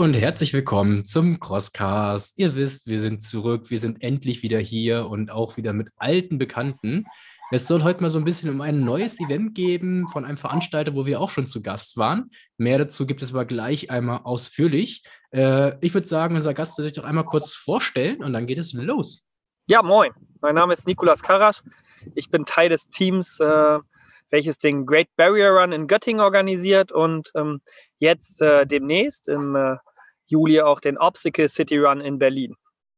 und herzlich willkommen zum Crosscast. Ihr wisst, wir sind zurück, wir sind endlich wieder hier und auch wieder mit alten Bekannten. Es soll heute mal so ein bisschen um ein neues Event geben von einem Veranstalter, wo wir auch schon zu Gast waren. Mehr dazu gibt es aber gleich einmal ausführlich. Ich würde sagen, unser Gast soll sich doch einmal kurz vorstellen und dann geht es los. Ja, moin. Mein Name ist Nikolas Karasch. Ich bin Teil des Teams, welches den Great Barrier Run in Göttingen organisiert und jetzt demnächst im Juli auch den Obstacle City Run in Berlin.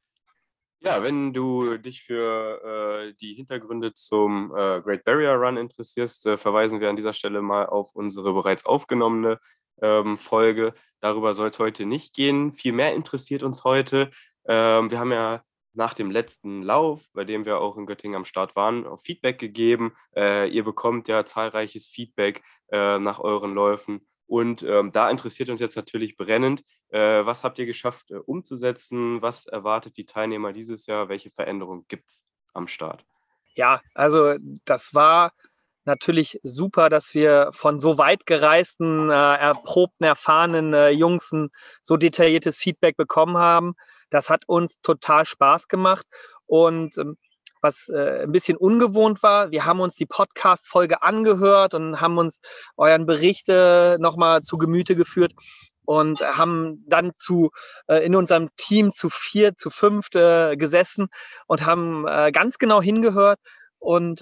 Ja, wenn du dich für die Hintergründe zum Great Barrier Run interessierst, verweisen wir an dieser Stelle mal auf unsere bereits aufgenommene Folge. Darüber soll es heute nicht gehen. Viel mehr interessiert uns heute. Wir haben ja nach dem letzten Lauf, bei dem wir auch in Göttingen am Start waren, auch Feedback gegeben. Ihr bekommt ja zahlreiches Feedback nach euren Läufen. Und da interessiert uns jetzt natürlich brennend, was habt ihr geschafft umzusetzen? Was erwartet die Teilnehmer dieses Jahr? Welche Veränderungen gibt es am Start? Ja, also das war natürlich super, dass wir von so weit gereisten, erprobten, erfahrenen Jungs so detailliertes Feedback bekommen haben. Das hat uns total Spaß gemacht und was ein bisschen ungewohnt war, wir haben uns die Podcast-Folge angehört und haben uns euren Bericht nochmal zu Gemüte geführt und haben dann in unserem Team zu 4, zu 5 gesessen und haben ganz genau hingehört und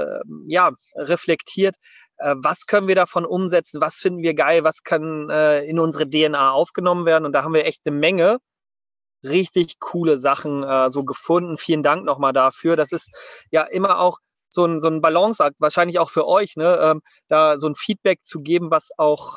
reflektiert, was können wir davon umsetzen, was finden wir geil, was kann in unsere DNA aufgenommen werden. Und da haben wir echt eine Menge richtig coole Sachen so gefunden. Vielen Dank nochmal dafür. Das ist ja immer auch so ein Balanceakt, wahrscheinlich auch für euch, ne? Da so ein Feedback zu geben, was auch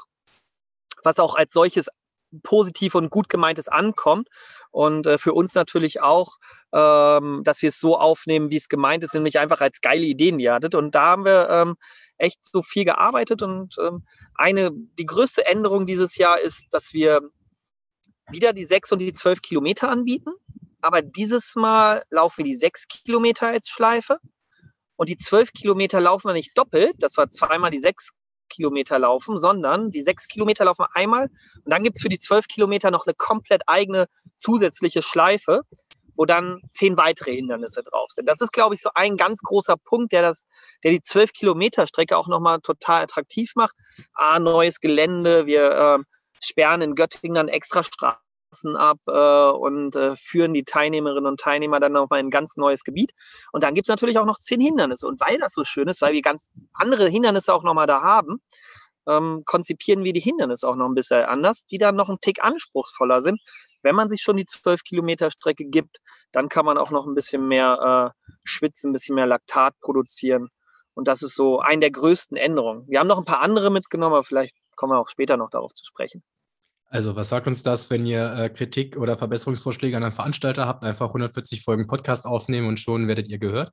als solches positiv und gut gemeintes ankommt. Und für uns natürlich auch, dass wir es so aufnehmen, wie es gemeint ist, nämlich einfach als geile Ideen, die ihr hattet. Und da haben wir echt so viel gearbeitet. Und die größte Änderung dieses Jahr ist, dass wir wieder die 6 und die 12 Kilometer anbieten. Aber dieses Mal laufen wir die 6 Kilometer als Schleife. Und die 12 Kilometer laufen wir nicht doppelt, das war zweimal die 6 Kilometer laufen, sondern die 6 Kilometer laufen wir einmal. Und dann gibt es für die 12 Kilometer noch eine komplett eigene zusätzliche Schleife, wo dann 10 weitere Hindernisse drauf sind. Das ist, glaube ich, so ein ganz großer Punkt, der die 12 Kilometer Strecke auch nochmal total attraktiv macht. Neues Gelände, wir sperren in Göttingen dann extra Straßen ab und führen die Teilnehmerinnen und Teilnehmer dann nochmal in ein ganz neues Gebiet. Und dann gibt es natürlich auch noch 10 Hindernisse. Und weil das so schön ist, weil wir ganz andere Hindernisse auch nochmal da haben, konzipieren wir die Hindernisse auch noch ein bisschen anders, die dann noch einen Tick anspruchsvoller sind. Wenn man sich schon die 12 Kilometer Strecke gibt, dann kann man auch noch ein bisschen mehr schwitzen, ein bisschen mehr Laktat produzieren. Und das ist so eine der größten Änderungen. Wir haben noch ein paar andere mitgenommen, aber vielleicht kommen wir auch später noch darauf zu sprechen. Also, was sagt uns das, wenn ihr Kritik oder Verbesserungsvorschläge an einen Veranstalter habt? Einfach 140 Folgen Podcast aufnehmen und schon werdet ihr gehört.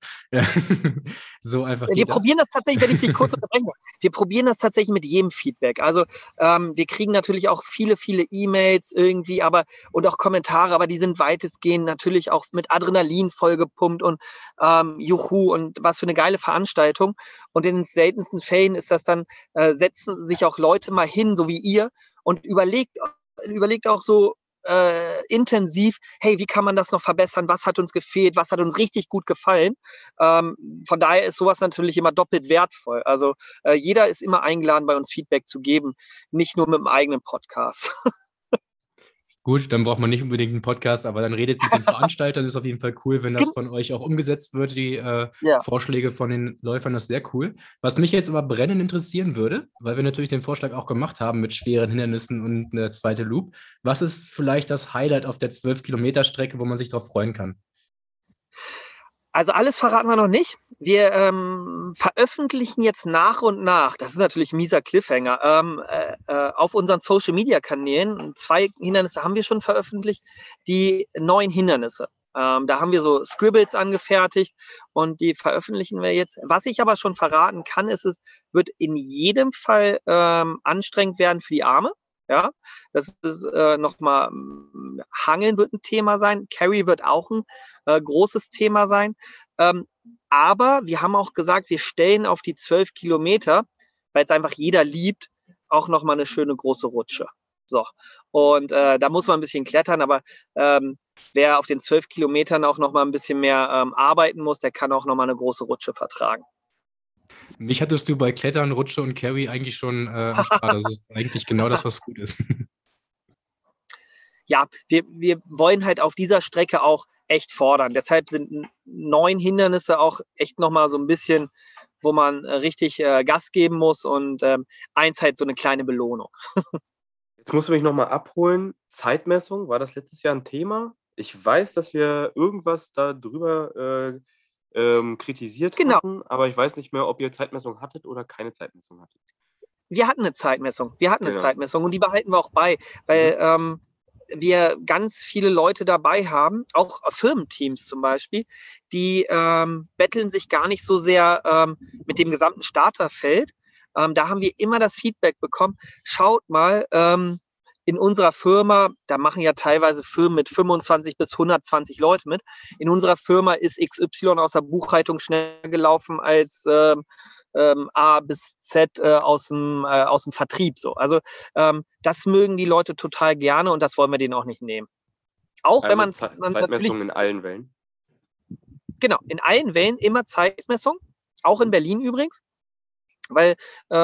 So einfach wir probieren das tatsächlich, wenn ich dich kurz unterbreche, wir probieren das tatsächlich mit jedem Feedback. Also wir kriegen natürlich auch viele, viele E-Mails irgendwie, und auch Kommentare, aber die sind weitestgehend natürlich auch mit Adrenalin vollgepumpt und Juhu und was für eine geile Veranstaltung. Und in den seltensten Fällen ist das dann, setzen sich auch Leute mal hin, so wie ihr, und überlegt auch so intensiv, hey, wie kann man das noch verbessern? Was hat uns gefehlt? Was hat uns richtig gut gefallen? Von daher ist sowas natürlich immer doppelt wertvoll. Also jeder ist immer eingeladen, bei uns Feedback zu geben, nicht nur mit dem eigenen Podcast. Gut, dann braucht man nicht unbedingt einen Podcast, aber dann redet mit den Veranstaltern. Ist auf jeden Fall cool, wenn das von euch auch umgesetzt wird, die Vorschläge von den Läufern. Das ist sehr cool. Was mich jetzt aber brennend interessieren würde, weil wir natürlich den Vorschlag auch gemacht haben mit schweren Hindernissen und eine zweite Loop. Was ist vielleicht das Highlight auf der 12-Kilometer-Strecke, wo man sich darauf freuen kann? Also alles verraten wir noch nicht. Wir veröffentlichen jetzt nach und nach, das ist natürlich ein mieser Cliffhanger, auf unseren Social-Media-Kanälen, 2 Hindernisse haben wir schon veröffentlicht, die neuen Hindernisse. Da haben wir so Scribbles angefertigt und die veröffentlichen wir jetzt. Was ich aber schon verraten kann, ist, es wird in jedem Fall anstrengend werden für die Arme. Ja, das ist nochmal, Hangeln wird ein Thema sein, Carry wird auch ein großes Thema sein. Aber wir haben auch gesagt, wir stellen auf die 12 Kilometer, weil es einfach jeder liebt, auch nochmal eine schöne große Rutsche. So. Und da muss man ein bisschen klettern, aber wer auf den 12 Kilometern auch nochmal ein bisschen mehr arbeiten muss, der kann auch nochmal eine große Rutsche vertragen. Mich hattest du bei Klettern, Rutsche und Carry eigentlich schon am Start. Das ist eigentlich genau das, was gut ist. Ja, wir wollen halt auf dieser Strecke auch echt fordern. Deshalb sind 9 Hindernisse auch echt nochmal so ein bisschen, wo man richtig Gas geben muss und eins halt so eine kleine Belohnung. Jetzt musst du mich nochmal abholen. Zeitmessung, war das letztes Jahr ein Thema? Ich weiß, dass wir irgendwas darüber kritisiert hatten, aber ich weiß nicht mehr, ob ihr Zeitmessung hattet oder keine Zeitmessung hattet. Wir hatten eine Zeitmessung. Und die behalten wir auch bei, weil wir ganz viele Leute dabei haben, auch Firmenteams zum Beispiel, die betteln sich gar nicht so sehr mit dem gesamten Starterfeld. Da haben wir immer das Feedback bekommen, schaut mal, in unserer Firma, da machen ja teilweise Firmen mit 25 bis 120 Leute mit, in unserer Firma ist XY aus der Buchhaltung schneller gelaufen als A bis Z aus dem Vertrieb. So. Also das mögen die Leute total gerne und das wollen wir denen auch nicht nehmen. Auch also wenn man Zeitmessung in allen Wellen? Genau, in allen Wellen immer Zeitmessung, auch in Berlin übrigens, weil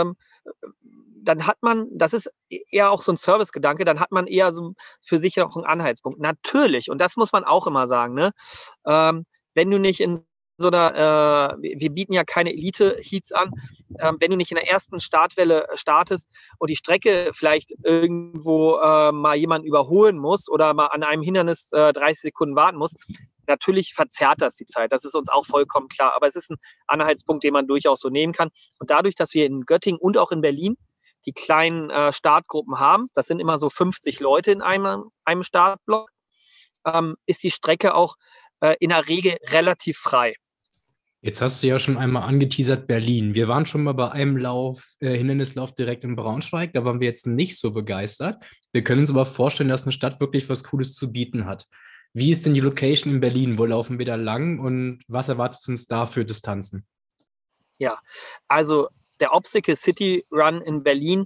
dann hat man, das ist eher auch so ein Servicegedanke, dann hat man eher so für sich auch einen Anhaltspunkt. Natürlich, und das muss man auch immer sagen, ne? Wenn du nicht in so einer, wir bieten ja keine Elite-Heats an, wenn du nicht in der ersten Startwelle startest und die Strecke vielleicht irgendwo mal jemanden überholen musst oder mal an einem Hindernis 30 Sekunden warten musst, natürlich verzerrt das die Zeit. Das ist uns auch vollkommen klar. Aber es ist ein Anhaltspunkt, den man durchaus so nehmen kann. Und dadurch, dass wir in Göttingen und auch in Berlin die kleinen Startgruppen haben, das sind immer so 50 Leute in einem Startblock, ist die Strecke auch in der Regel relativ frei. Jetzt hast du ja schon einmal angeteasert Berlin. Wir waren schon mal bei einem Hindernislauf direkt in Braunschweig. Da waren wir jetzt nicht so begeistert. Wir können uns aber vorstellen, dass eine Stadt wirklich was Cooles zu bieten hat. Wie ist denn die Location in Berlin? Wo laufen wir da lang und was erwartet uns da für Distanzen? Ja, also der Obstacle City Run in Berlin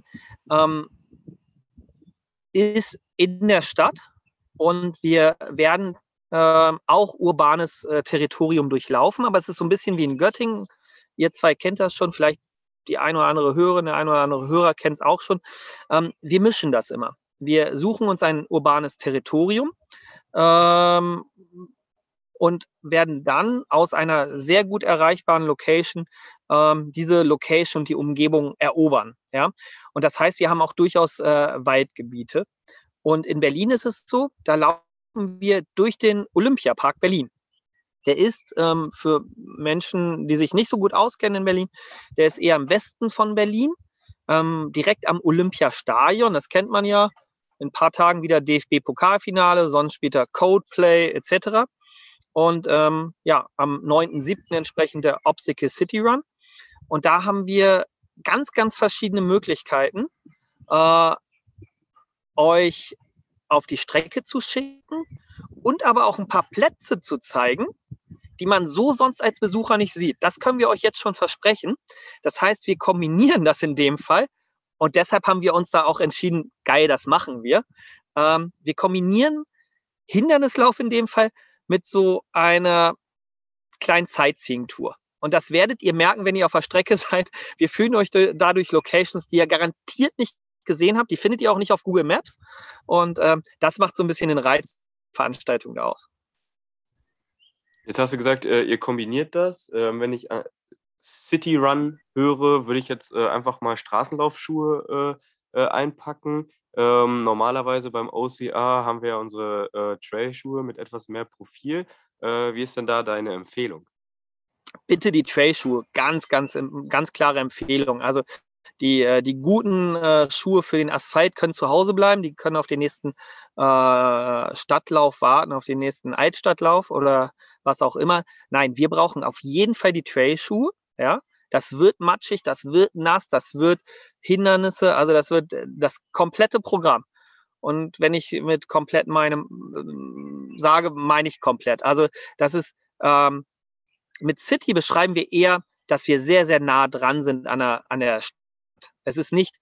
ist in der Stadt und wir werden auch urbanes Territorium durchlaufen, aber es ist so ein bisschen wie in Göttingen. Ihr zwei kennt das schon, vielleicht die ein oder andere Hörerin, der ein oder andere Hörer kennt es auch schon. Wir mischen das immer. Wir suchen uns ein urbanes Territorium und werden dann aus einer sehr gut erreichbaren Location diese Location und die Umgebung erobern. Ja? Und das heißt, wir haben auch durchaus Waldgebiete. Und in Berlin ist es so, da laufen wir durch den Olympiapark Berlin. Der ist für Menschen, die sich nicht so gut auskennen in Berlin, der ist eher im Westen von Berlin, direkt am Olympiastadion. Das kennt man ja. In ein paar Tagen wieder DFB-Pokalfinale, sonst später Coldplay etc. Und ja, am 9.7. entsprechend der Obstacle City Run. Und da haben wir ganz, ganz verschiedene Möglichkeiten, euch auf die Strecke zu schicken und aber auch ein paar Plätze zu zeigen, die man so sonst als Besucher nicht sieht. Das können wir euch jetzt schon versprechen. Das heißt, wir kombinieren das in dem Fall und deshalb haben wir uns da auch entschieden, geil, das machen wir. Wir kombinieren Hindernislauf in dem Fall mit so einer kleinen Sightseeing-Tour. Und das werdet ihr merken, wenn ihr auf der Strecke seid. Wir führen euch dadurch Locations, die ihr garantiert nicht gesehen habt. Die findet ihr auch nicht auf Google Maps. Und das macht so ein bisschen den Reiz der Veranstaltung da aus. Jetzt hast du gesagt, ihr kombiniert das. Wenn ich City Run höre, würde ich jetzt einfach mal Straßenlaufschuhe einpacken. Normalerweise beim OCR haben wir ja unsere Trailschuhe mit etwas mehr Profil. Wie ist denn da deine Empfehlung? Bitte die Trailschuhe, ganz klare Empfehlung. Also die guten Schuhe für den Asphalt können zu Hause bleiben, die können auf den nächsten Stadtlauf warten, auf den nächsten Altstadtlauf oder was auch immer. Nein, wir brauchen auf jeden Fall die Trailschuhe. Ja? Das wird matschig, das wird nass, das wird Hindernisse, also das wird das komplette Programm. Und wenn ich mit komplett sage, meine ich komplett. Also das ist mit City beschreiben wir eher, dass wir sehr, sehr nah dran sind an der Stadt. Es ist nicht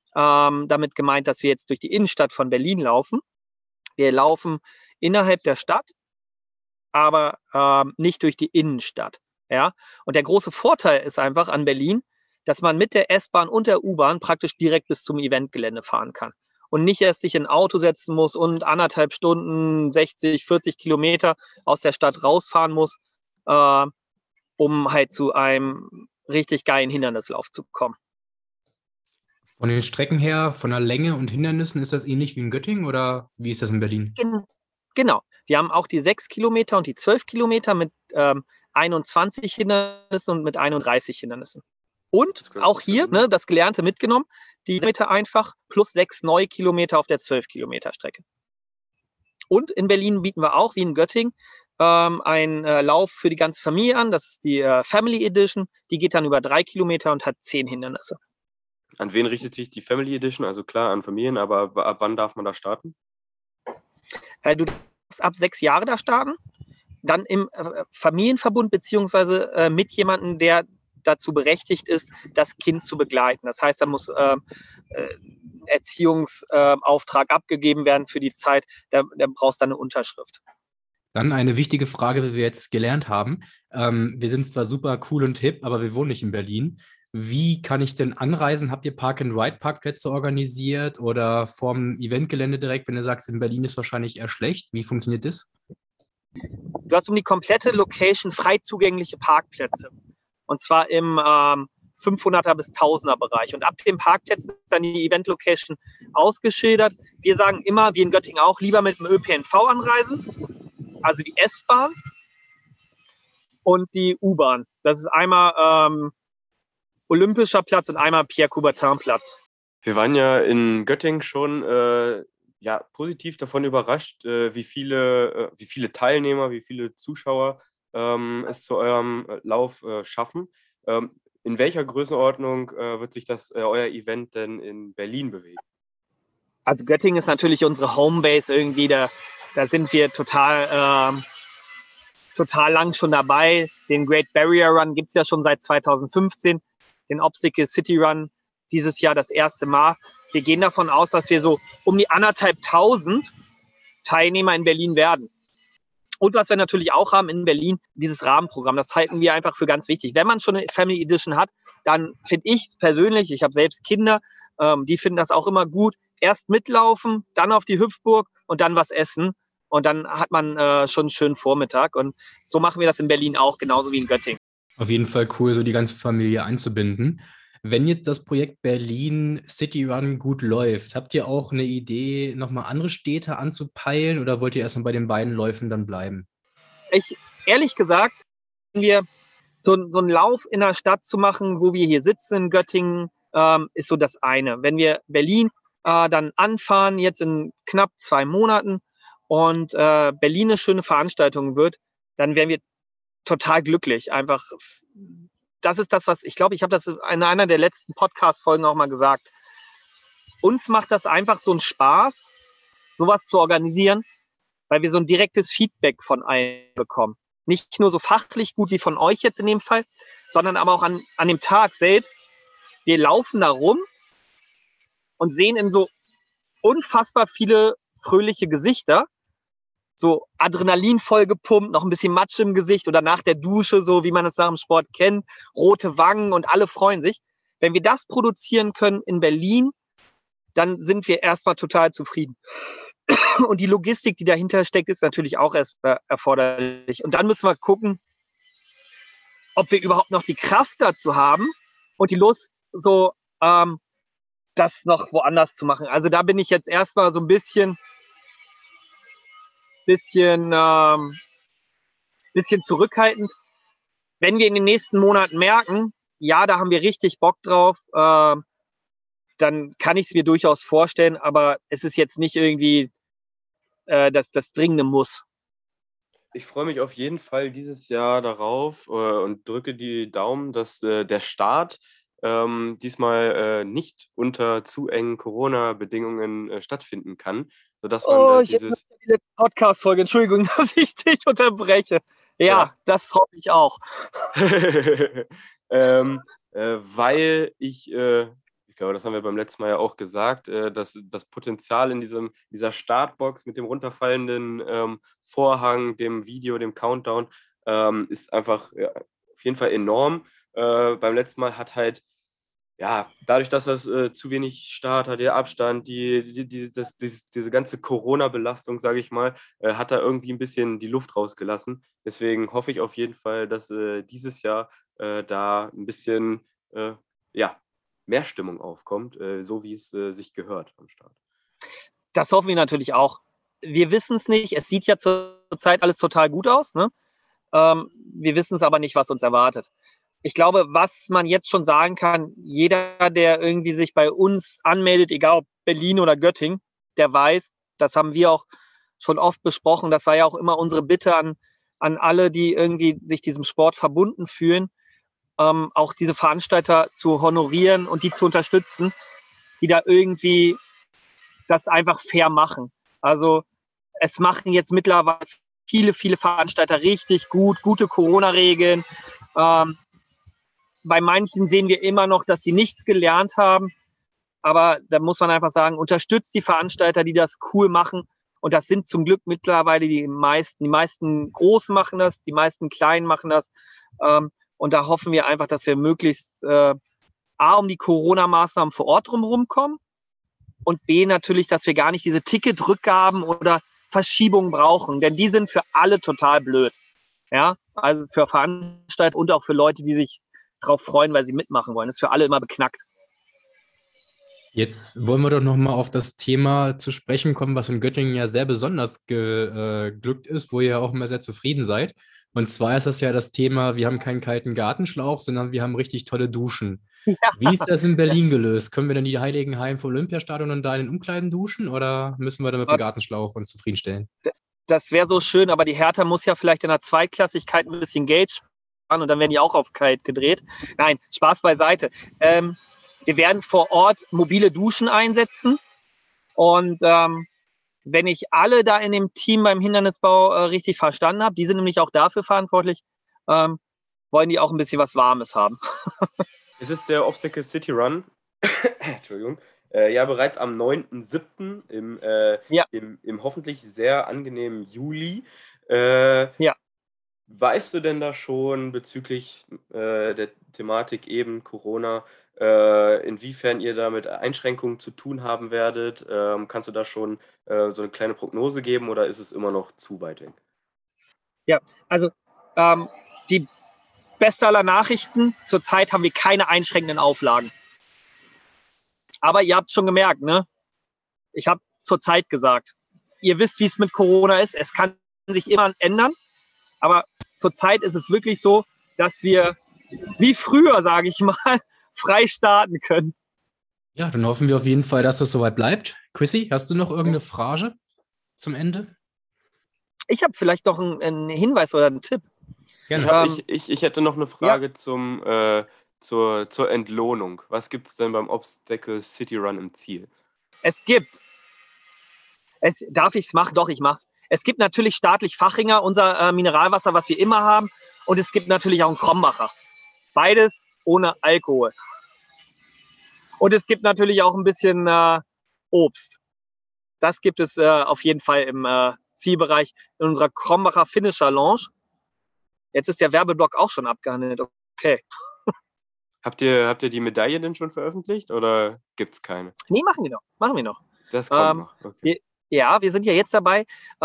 damit gemeint, dass wir jetzt durch die Innenstadt von Berlin laufen. Wir laufen innerhalb der Stadt, aber nicht durch die Innenstadt. Ja? Und der große Vorteil ist einfach an Berlin, dass man mit der S-Bahn und der U-Bahn praktisch direkt bis zum Eventgelände fahren kann. Und nicht erst sich in ein Auto setzen muss und 1,5 Stunden, 60, 40 Kilometer aus der Stadt rausfahren muss, um halt zu einem richtig geilen Hindernislauf zu kommen. Von den Strecken her, von der Länge und Hindernissen, ist das ähnlich wie in Göttingen oder wie ist das in Berlin? Genau. Wir haben auch die 6 Kilometer und die 12 Kilometer mit 21 Hindernissen und mit 31 Hindernissen. Und auch hier, das Gelernte mitgenommen, die Meter einfach plus 6 neue Kilometer auf der 12 Kilometer Strecke. Und in Berlin bieten wir auch, wie in Göttingen, einen Lauf für die ganze Familie an. Das ist die Family Edition. Die geht dann über 3 Kilometer und hat 10 Hindernisse. An wen richtet sich die Family Edition? Also klar, an Familien, aber ab wann darf man da starten? Du darfst ab 6 Jahre da starten. Dann im Familienverbund beziehungsweise mit jemandem, der dazu berechtigt ist, das Kind zu begleiten. Das heißt, da muss Erziehungsauftrag abgegeben werden für die Zeit. Da brauchst du eine Unterschrift. Dann eine wichtige Frage, wie wir jetzt gelernt haben. Wir sind zwar super cool und hip, aber wir wohnen nicht in Berlin. Wie kann ich denn anreisen? Habt ihr Park-and-Ride-Parkplätze organisiert oder vorm Eventgelände direkt, wenn du sagst, in Berlin ist wahrscheinlich eher schlecht? Wie funktioniert das? Du hast um die komplette Location frei zugängliche Parkplätze. Und zwar im 500er bis 1000er Bereich. Und ab dem Parkplatz ist dann die Event-Location ausgeschildert. Wir sagen immer, wie in Göttingen auch, lieber mit dem ÖPNV anreisen. Also die S-Bahn und die U-Bahn. Das ist einmal Olympischer Platz und einmal Pierre-Coubertin-Platz. Wir waren ja in Göttingen schon positiv davon überrascht, wie viele Teilnehmer, wie viele Zuschauer es zu eurem Lauf schaffen. In welcher Größenordnung wird sich euer Event denn in Berlin bewegen? Also Göttingen ist natürlich unsere Homebase irgendwie. Da sind wir total lang schon dabei. Den Great Barrier Run gibt es ja schon seit 2015. Den Obstacle City Run dieses Jahr das erste Mal. Wir gehen davon aus, dass wir so um die 1.500 Teilnehmer in Berlin werden. Und was wir natürlich auch haben in Berlin, dieses Rahmenprogramm, das halten wir einfach für ganz wichtig. Wenn man schon eine Family Edition hat, dann finde ich persönlich, ich habe selbst Kinder, die finden das auch immer gut, erst mitlaufen, dann auf die Hüpfburg und dann was essen. Und dann hat man schon einen schönen Vormittag. Und so machen wir das in Berlin auch, genauso wie in Göttingen. Auf jeden Fall cool, so die ganze Familie einzubinden. Wenn jetzt das Projekt Berlin City Run gut läuft, habt ihr auch eine Idee, nochmal andere Städte anzupeilen oder wollt ihr erstmal bei den beiden Läufen dann bleiben? Ehrlich gesagt, wir so einen Lauf in der Stadt zu machen, wo wir hier sitzen in Göttingen, ist so das eine. Wenn wir Berlin dann anfahren, jetzt in knapp 2 Monaten und Berlin eine schöne Veranstaltung wird, dann wären wir total glücklich. Einfach, das ist das, was ich glaube, ich habe das in einer der letzten Podcast-Folgen auch mal gesagt. Uns macht das einfach so einen Spaß, sowas zu organisieren, weil wir so ein direktes Feedback von allen bekommen. Nicht nur so fachlich gut wie von euch jetzt in dem Fall, sondern aber auch an dem Tag selbst. Wir laufen da rum und sehen in so unfassbar viele fröhliche Gesichter, so Adrenalin voll gepumpt, noch ein bisschen Matsch im Gesicht oder nach der Dusche, so wie man es nach dem Sport kennt, rote Wangen und alle freuen sich. Wenn wir das produzieren können in Berlin, dann sind wir erstmal total zufrieden. Und die Logistik, die dahinter steckt, ist natürlich auch erst erforderlich. Und dann müssen wir gucken, ob wir überhaupt noch die Kraft dazu haben und die Lust, so das noch woanders zu machen. Also da bin ich jetzt erstmal so ein bisschen zurückhaltend. Wenn wir in den nächsten Monaten merken, ja, da haben wir richtig Bock drauf, dann kann ich es mir durchaus vorstellen, aber es ist jetzt nicht irgendwie das dringende Muss. Ich freue mich auf jeden Fall dieses Jahr darauf und drücke die Daumen, dass der Start diesmal nicht unter zu engen Corona-Bedingungen stattfinden kann, sodass man die letzte Podcast-Folge, Entschuldigung, dass ich dich unterbreche. Ja, das hoffe ich auch. Weil ich glaube, das haben wir beim letzten Mal ja auch gesagt, dass das Potenzial in dieser Startbox mit dem runterfallenden Vorhang, dem Video, dem Countdown, ist einfach auf jeden Fall enorm. Beim letzten Mal hat halt, ja, dadurch, dass das zu wenig Start hat, der Abstand, diese ganze Corona-Belastung, sage ich mal, hat da irgendwie ein bisschen die Luft rausgelassen. Deswegen hoffe ich auf jeden Fall, dass dieses Jahr da ein bisschen ja, mehr Stimmung aufkommt, so wie es sich gehört am Start. Das hoffen wir natürlich auch. Wir wissen es nicht. Es sieht ja zurzeit alles total gut aus, ne? Wir wissen es aber nicht, was uns erwartet. Ich glaube, was man jetzt schon sagen kann, jeder, der irgendwie sich bei uns anmeldet, egal ob Berlin oder Göttingen, der weiß, das haben wir auch schon oft besprochen, das war ja auch immer unsere Bitte an alle, die irgendwie sich diesem Sport verbunden fühlen, auch diese Veranstalter zu honorieren und die zu unterstützen, die da irgendwie das einfach fair machen. Also es machen jetzt mittlerweile viele Veranstalter richtig gute Corona-Regeln. Bei manchen sehen wir immer noch, dass sie nichts gelernt haben. Aber da muss man einfach sagen, unterstützt die Veranstalter, die das cool machen. Und das sind zum Glück mittlerweile die meisten. Die meisten Großen machen das, die meisten Kleinen machen das. Und da hoffen wir einfach, dass wir möglichst A, um die Corona-Maßnahmen vor Ort drumherum kommen und B, natürlich, dass wir gar nicht diese Ticketrückgaben oder Verschiebungen brauchen. Denn die sind für alle total blöd. Ja, also für Veranstalter und auch für Leute, die sich drauf freuen, weil sie mitmachen wollen. Das ist für alle immer beknackt. Jetzt wollen wir doch nochmal auf das Thema zu sprechen kommen, was in Göttingen ja sehr besonders geglückt ist, wo ihr ja auch immer sehr zufrieden seid. Und zwar ist das ja das Thema, wir haben keinen kalten Gartenschlauch, sondern wir haben richtig tolle Duschen. Ja. Wie ist das in Berlin gelöst? Können wir dann die Heiligenheim vom Olympiastadion und da in den Umkleiden duschen oder müssen wir da mit dem Gartenschlauch uns zufriedenstellen? Das wäre so schön, aber die Hertha muss ja vielleicht in der Zweitklassigkeit ein bisschen Geld sparen und dann werden die auch auf kalt gedreht. Nein, Spaß beiseite. Wir werden vor Ort mobile Duschen einsetzen und wenn ich alle da in dem Team beim Hindernisbau richtig verstanden habe, die sind nämlich auch dafür verantwortlich, wollen die auch ein bisschen was Warmes haben. Es ist der Obstacle City Run. Entschuldigung. Ja, bereits am 9.7. Im hoffentlich sehr angenehmen Juli. Ja. Weißt du denn da schon bezüglich der Thematik eben Corona, inwiefern ihr da mit Einschränkungen zu tun haben werdet? Kannst du da schon so eine kleine Prognose geben oder ist es immer noch zu weit weg? Ja, also die beste aller Nachrichten, zurzeit haben wir keine einschränkenden Auflagen. Aber ihr habt schon gemerkt, ne? Ich habe zurzeit gesagt, ihr wisst, wie es mit Corona ist. Es kann sich immer ändern. Aber zurzeit ist es wirklich so, dass wir, wie früher, sage ich mal, frei starten können. Ja, dann hoffen wir auf jeden Fall, dass das soweit bleibt. Chrissy, hast du noch irgendeine Frage zum Ende? Ich habe vielleicht noch einen Hinweis oder einen Tipp. Ich hätte noch eine Frage zur Entlohnung. Was gibt es denn beim Obstacle City Run im Ziel? Darf ich es machen? Doch, ich mache es. Es gibt natürlich staatlich Fachinger, unser Mineralwasser, was wir immer haben. Und es gibt natürlich auch einen Krombacher. Beides ohne Alkohol. Und es gibt natürlich auch ein bisschen Obst. Das gibt es auf jeden Fall im Zielbereich in unserer Krombacher Finisher Lounge. Jetzt ist der Werbeblock auch schon abgehandelt. Okay. Habt ihr die Medaille denn schon veröffentlicht oder gibt es keine? Nee, machen wir noch. Das kommt noch. Okay. Wir sind ja jetzt dabei,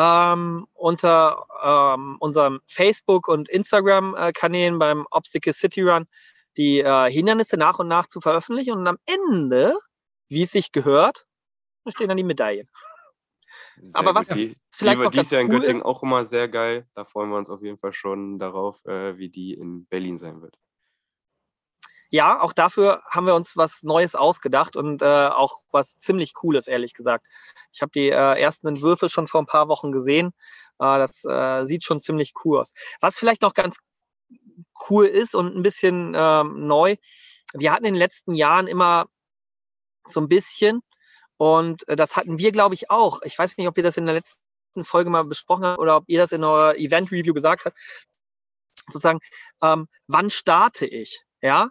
unter unserem Facebook- und Instagram-Kanälen beim Obstacle City Run die Hindernisse nach und nach zu veröffentlichen. Und am Ende, wie es sich gehört, stehen dann die Medaillen. Aber was vielleicht noch dies Jahr in Göttingen auch immer sehr geil. Da freuen wir uns auf jeden Fall schon darauf, wie die in Berlin sein wird. Ja, auch dafür haben wir uns was Neues ausgedacht und auch was ziemlich Cooles, ehrlich gesagt. Ich habe die ersten Entwürfe schon vor ein paar Wochen gesehen. Das sieht schon ziemlich cool aus. Was vielleicht noch ganz cool ist und ein bisschen neu, wir hatten in den letzten Jahren immer so ein bisschen, und das hatten wir, glaube ich, auch. Ich weiß nicht, ob wir das in der letzten Folge mal besprochen haben oder ob ihr das in eurer Event-Review gesagt habt. Sozusagen, wann starte ich? Ja?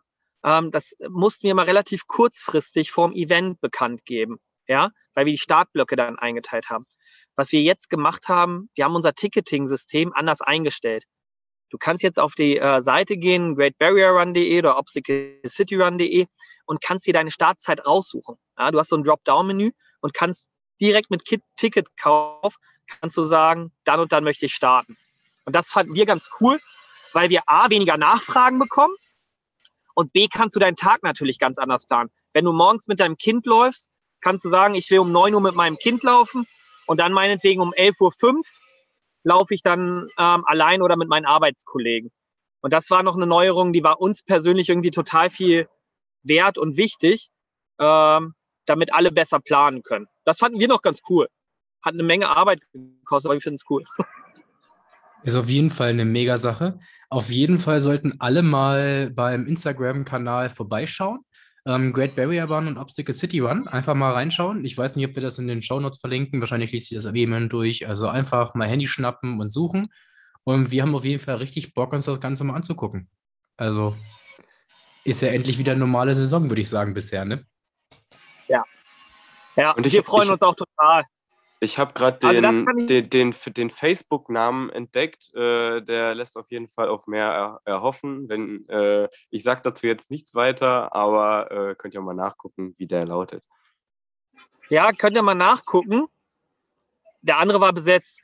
das mussten wir mal relativ kurzfristig vorm Event bekannt geben, ja, weil wir die Startblöcke dann eingeteilt haben. Was wir jetzt gemacht haben, wir haben unser Ticketing-System anders eingestellt. Du kannst jetzt auf die Seite gehen, greatbarrierrun.de oder obstaclecityrun.de und kannst dir deine Startzeit raussuchen. Ja, du hast so ein Dropdown-Menü und kannst direkt mit Ticketkauf kannst du sagen, dann und dann möchte ich starten. Und das fanden wir ganz cool, weil wir A, weniger Nachfragen bekommen und B, kannst du deinen Tag natürlich ganz anders planen. Wenn du morgens mit deinem Kind läufst, kannst du sagen, ich will um 9 Uhr mit meinem Kind laufen und dann meinetwegen um 11.05 Uhr laufe ich dann allein oder mit meinen Arbeitskollegen. Und das war noch eine Neuerung, die war uns persönlich irgendwie total viel wert und wichtig, damit alle besser planen können. Das fanden wir noch ganz cool. Hat eine Menge Arbeit gekostet, aber ich finde es cool. Ist auf jeden Fall eine Mega-Sache. Auf jeden Fall sollten alle mal beim Instagram-Kanal vorbeischauen. Great Barrier Run und Obstacle City Run. Einfach mal reinschauen. Ich weiß nicht, ob wir das in den Shownotes verlinken. Wahrscheinlich liest sich das jemand durch. Also einfach mal Handy schnappen und suchen. Und wir haben auf jeden Fall richtig Bock, uns das Ganze mal anzugucken. Also ist ja endlich wieder eine normale Saison, würde ich sagen, bisher, ne? Ja. Ja, und wir freuen uns auch total. Ich habe gerade den Facebook-Namen entdeckt. Der lässt auf jeden Fall auf mehr erhoffen. Ich sage dazu jetzt nichts weiter, aber könnt ihr mal nachgucken, wie der lautet. Ja, könnt ihr mal nachgucken. Der andere war besetzt.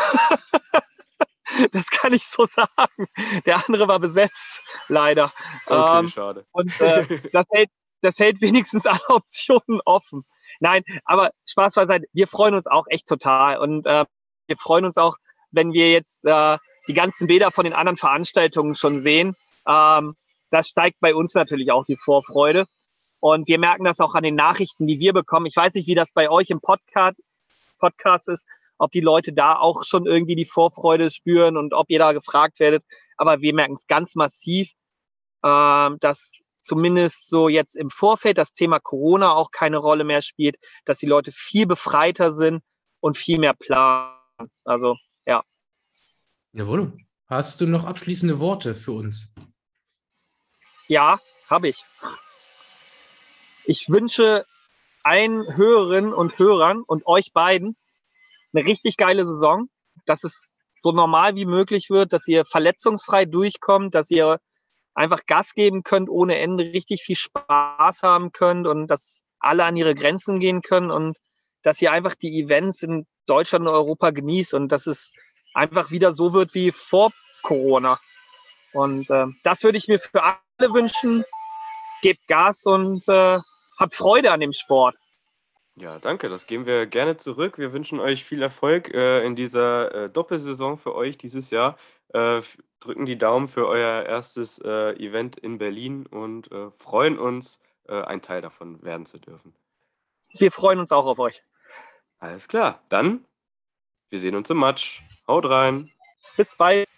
Das kann ich so sagen. Der andere war besetzt, leider. Okay, schade. Und das hält wenigstens alle Optionen offen. Nein, aber Spaß beiseite. Wir freuen uns auch echt total. Und wir freuen uns auch, wenn wir jetzt die ganzen Bilder von den anderen Veranstaltungen schon sehen. Das steigt bei uns natürlich auch die Vorfreude. Und wir merken das auch an den Nachrichten, die wir bekommen. Ich weiß nicht, wie das bei euch im Podcast ist, ob die Leute da auch schon irgendwie die Vorfreude spüren und ob ihr da gefragt werdet. Aber wir merken es ganz massiv, dass zumindest so jetzt im Vorfeld das Thema Corona auch keine Rolle mehr spielt, dass die Leute viel befreiter sind und viel mehr planen. Also, ja. Jawohl. Hast du noch abschließende Worte für uns? Ja, habe ich. Ich wünsche allen Hörerinnen und Hörern und euch beiden eine richtig geile Saison, dass es so normal wie möglich wird, dass ihr verletzungsfrei durchkommt, dass ihr einfach Gas geben könnt ohne Ende, richtig viel Spaß haben könnt und dass alle an ihre Grenzen gehen können und dass ihr einfach die Events in Deutschland und Europa genießt und dass es einfach wieder so wird wie vor Corona. Und das würde ich mir für alle wünschen. Gebt Gas und habt Freude an dem Sport. Ja, danke. Das geben wir gerne zurück. Wir wünschen euch viel Erfolg in dieser Doppelsaison für euch dieses Jahr. Drücken die Daumen für euer erstes Event in Berlin und freuen uns, ein Teil davon werden zu dürfen. Wir freuen uns auch auf euch. Alles klar. Dann, wir sehen uns im Match. Haut rein. Bis bald.